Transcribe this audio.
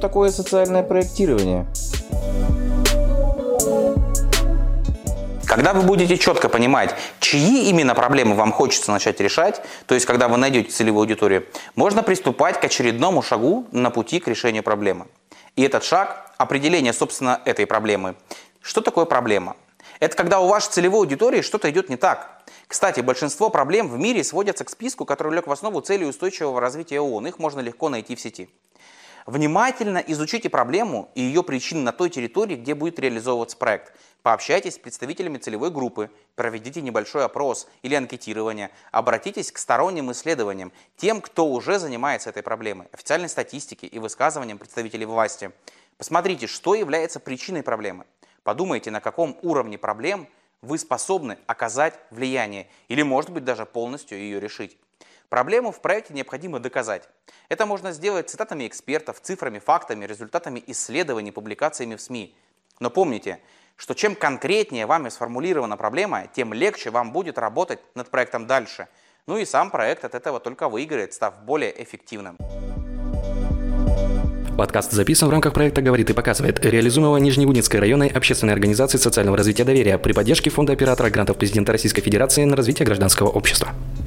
такое социальное проектирование? Когда вы будете четко понимать, чьи именно проблемы вам хочется начать решать, то есть когда вы найдете целевую аудиторию, можно приступать к очередному шагу на пути к решению проблемы. И этот шаг – определение, собственно, этой проблемы. Что такое проблема? Это когда у вашей целевой аудитории что-то идет не так. Кстати, большинство проблем в мире сводятся к списку, который лег в основу целей устойчивого развития ООН. Их можно легко найти в сети. Внимательно изучите проблему и ее причины на той территории, где будет реализовываться проект. Пообщайтесь с представителями целевой группы, проведите небольшой опрос или анкетирование, обратитесь к сторонним исследованиям, тем, кто уже занимается этой проблемой, официальной статистике и высказываниям представителей власти. Посмотрите, что является причиной проблемы. Подумайте, на каком уровне проблем вы способны оказать влияние или, может быть, даже полностью ее решить. Проблему в проекте необходимо доказать. Это можно сделать цитатами экспертов, цифрами, фактами, результатами исследований, публикациями в СМИ. Но помните, что чем конкретнее вами сформулирована проблема, тем легче вам будет работать над проектом дальше. Ну и сам проект от этого только выиграет, став более эффективным. Подкаст записан в рамках проекта «Говорит и показывает», реализуемого Нижневудинской районной общественной организацией социального развития доверия при поддержке Фонда оператора грантов президента Российской Федерации на развитие гражданского общества.